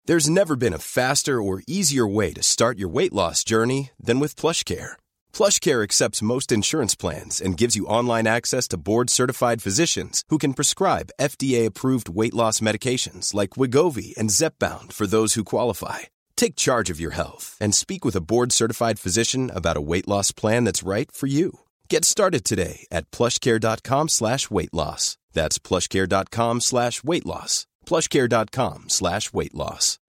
There's never been a faster or easier way to start your weight loss journey than with PlushCare. PlushCare accepts most insurance plans and gives you online access to board-certified physicians who can prescribe FDA-approved weight loss medications like Wegovy and Zepbound for those who qualify. Take charge of your health and speak with a board-certified physician about a weight loss plan that's right for you. Get started today at plushcare.com/weight loss. That's plushcare.com/weight loss. plushcare.com/weight loss.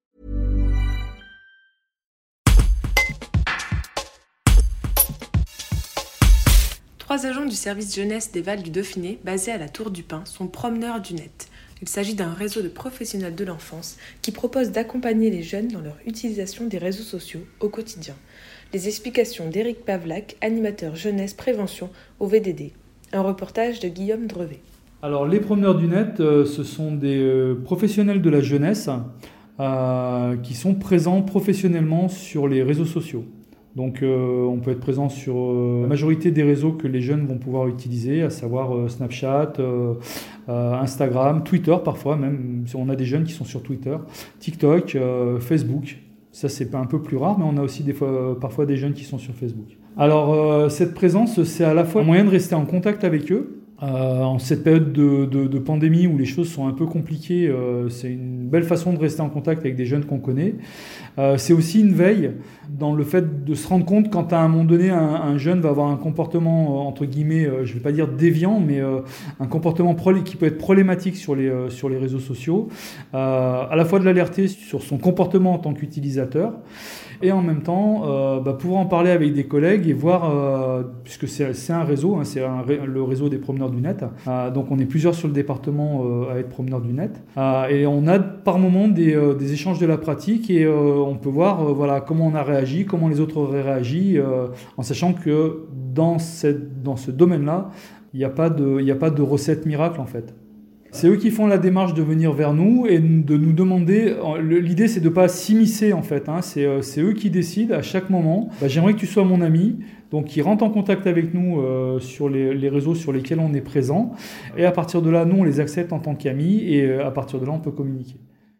Trois agents du service jeunesse des Vals du Dauphiné, basés à la Tour du Pin, sont promeneurs du net. Il s'agit d'un réseau de professionnels de l'enfance qui propose d'accompagner les jeunes dans leur utilisation des réseaux sociaux au quotidien. Les explications d'Éric Pavlac, animateur jeunesse prévention au VDD. Un reportage de Guillaume Drevet. Alors les promeneurs du net, ce sont des professionnels de la jeunesse qui sont présents professionnellement sur les réseaux sociaux. Donc on peut être présent sur la majorité des réseaux que les jeunes vont pouvoir utiliser, à savoir Snapchat, Instagram, Twitter parfois, même si on a des jeunes qui sont sur Twitter, TikTok, Facebook. Ça c'est un peu plus rare, mais on a aussi parfois des jeunes qui sont sur Facebook. Alors cette présence, c'est à la fois un moyen de rester en contact avec eux. En cette période de pandémie où les choses sont un peu compliquées, c'est une belle façon de rester en contact avec des jeunes qu'on connaît. C'est aussi une veille dans le fait de se rendre compte quand à un moment donné un jeune va avoir un comportement entre guillemets, je ne vais pas dire déviant, mais un comportement qui peut être problématique sur les réseaux sociaux, à la fois de l'alerter sur son comportement en tant qu'utilisateur et en même temps pouvoir en parler avec des collègues et voir, puisque c'est un réseau, hein, le réseau des promeneurs du net, donc on est plusieurs sur le département à être promeneurs du net, et on a par moment des échanges de la pratique et on peut voir comment on a réagi, comment les autres auraient réagi, en sachant que dans ce domaine-là, il n'y a pas de recette miracle en fait. C'est eux qui font la démarche de venir vers nous et de nous demander. L'idée, c'est de ne pas s'immiscer en fait. Hein, c'est eux qui décident à chaque moment. J'aimerais que tu sois mon ami. Donc, ils rentrent en contact avec nous sur les réseaux sur lesquels on est présent. Et à partir de là, nous, on les accepte en tant qu'amis. Et à partir de là, on peut communiquer.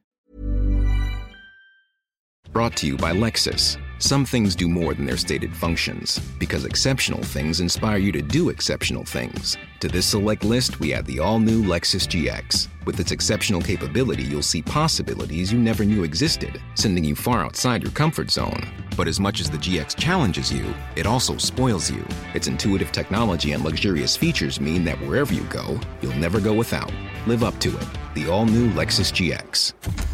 Brought to you by Lexus. Some things do more than their stated functions, because exceptional things inspire you to do exceptional things. To this select list, we add the all-new Lexus GX. With its exceptional capability, you'll see possibilities you never knew existed, sending you far outside your comfort zone. But as much as the GX challenges you, it also spoils you. Its intuitive technology and luxurious features mean that wherever you go, you'll never go without. Live up to it. The all-new Lexus GX.